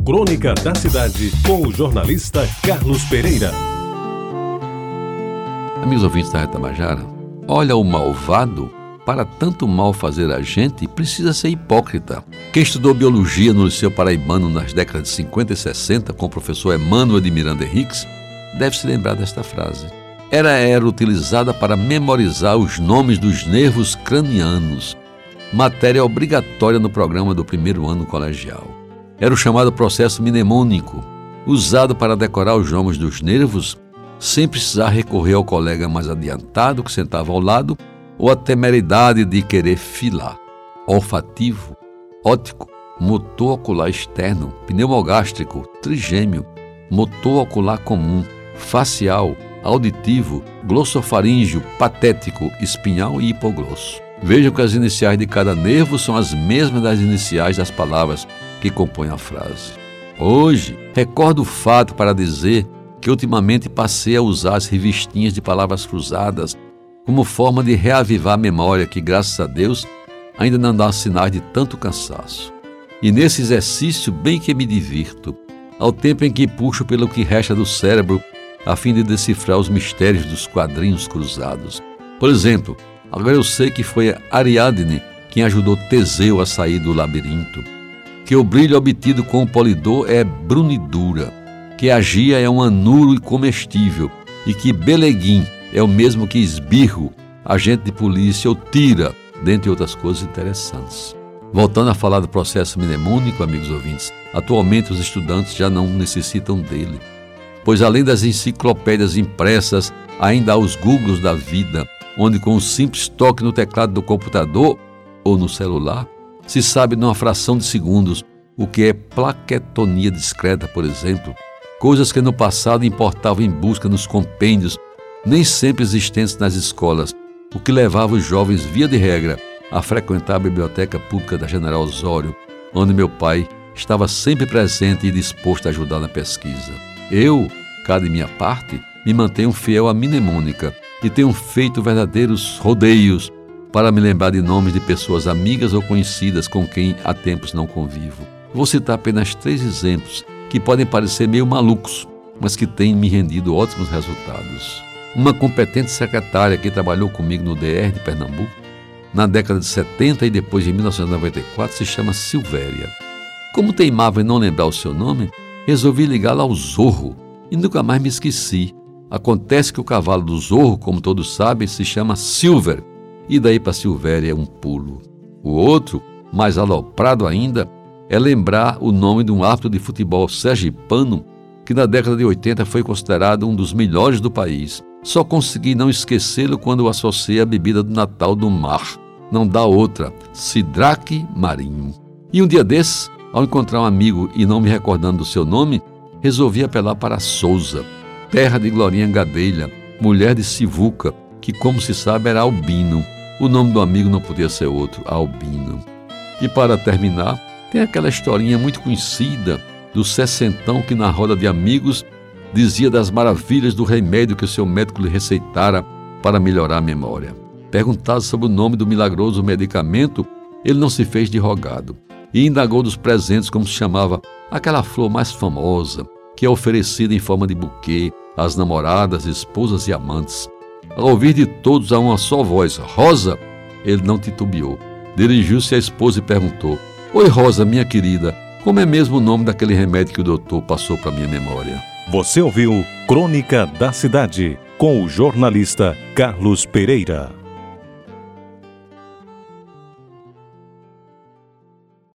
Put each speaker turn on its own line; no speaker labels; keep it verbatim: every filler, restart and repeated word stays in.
Crônica da Cidade, com o jornalista Carlos Pereira.
Amigos ouvintes da Retabajara, olha o malvado, para tanto mal fazer a gente, precisa ser hipócrita. Quem estudou biologia no Liceu Paraibano nas décadas de cinquenta e sessenta com o professor Emmanuel de Miranda Henriques, deve se lembrar desta frase. Ela era utilizada para memorizar os nomes dos nervos cranianos, matéria obrigatória no programa do primeiro ano colegial. Era o chamado processo mnemônico, usado para decorar os nomes dos nervos sem precisar recorrer ao colega mais adiantado que sentava ao lado ou a temeridade de querer filar. Olfativo, óptico, motor ocular externo, pneumogástrico, trigêmeo, motor ocular comum, facial, auditivo, glossofaríngeo, patético, espinhal e hipoglosso. Vejam que as iniciais de cada nervo são as mesmas das iniciais das palavras que compõem a frase. Hoje, recordo o fato para dizer que ultimamente passei a usar as revistinhas de palavras cruzadas como forma de reavivar a memória que, graças a Deus, ainda não dá sinais de tanto cansaço. E nesse exercício bem que me divirto, ao tempo em que puxo pelo que resta do cérebro a fim de decifrar os mistérios dos quadrinhos cruzados. Por exemplo, agora eu sei que foi Ariadne quem ajudou Teseu a sair do labirinto, que o brilho obtido com o polidor é brunidura, que a gia é um anuro comestível e que beleguim é o mesmo que esbirro, agente de polícia ou tira, dentre outras coisas interessantes. Voltando a falar do processo mnemônico, amigos ouvintes, atualmente os estudantes já não necessitam dele, pois além das enciclopédias impressas, ainda há os Googles da vida, onde com um simples toque no teclado do computador ou no celular, se sabe numa fração de segundos o que é plaquetonia discreta, por exemplo, coisas que no passado importavam em busca nos compêndios, nem sempre existentes nas escolas, o que levava os jovens, via de regra, a frequentar a biblioteca pública da General Osório, onde meu pai estava sempre presente e disposto a ajudar na pesquisa. Eu, cá de minha parte, me mantenho fiel à mnemônica e tenho feito verdadeiros rodeios para me lembrar de nomes de pessoas amigas ou conhecidas com quem há tempos não convivo. Vou citar apenas três exemplos que podem parecer meio malucos, mas que têm me rendido ótimos resultados. Uma competente secretária que trabalhou comigo no D R de Pernambuco, na década de setenta e depois em mil novecentos e noventa e quatro, se chama Silvéria. Como teimava em não lembrar o seu nome, resolvi ligá-la ao Zorro e nunca mais me esqueci. Acontece que o cavalo do Zorro, como todos sabem, se chama Silver, e daí para Silvéria é um pulo. O outro, mais aloprado ainda, é lembrar o nome de um árbitro de futebol sergipano que na década de oitenta foi considerado um dos melhores do país. Só consegui não esquecê-lo quando o associei à bebida do Natal do mar. Não dá outra, Sidraque Marinho. E um dia desses, ao encontrar um amigo e não me recordando do seu nome, resolvi apelar para Souza, terra de Glorinha Gadelha, mulher de Sivuca, que, como se sabe, era albino. O nome do amigo não podia ser outro, Albino. E para terminar, tem aquela historinha muito conhecida do sessentão que, na roda de amigos, dizia das maravilhas do remédio que o seu médico lhe receitara para melhorar a memória. Perguntado sobre o nome do milagroso medicamento, ele não se fez de rogado e indagou dos presentes como se chamava aquela flor mais famosa, que é oferecida em forma de buquê às namoradas, esposas e amantes. Ao ouvir de todos a uma só voz, Rosa, ele não titubeou. Dirigiu-se à esposa e perguntou: Oi, Rosa, minha querida, como é mesmo o nome daquele remédio que o doutor passou para minha memória?
Você ouviu Crônica da Cidade, com o jornalista Carlos Pereira.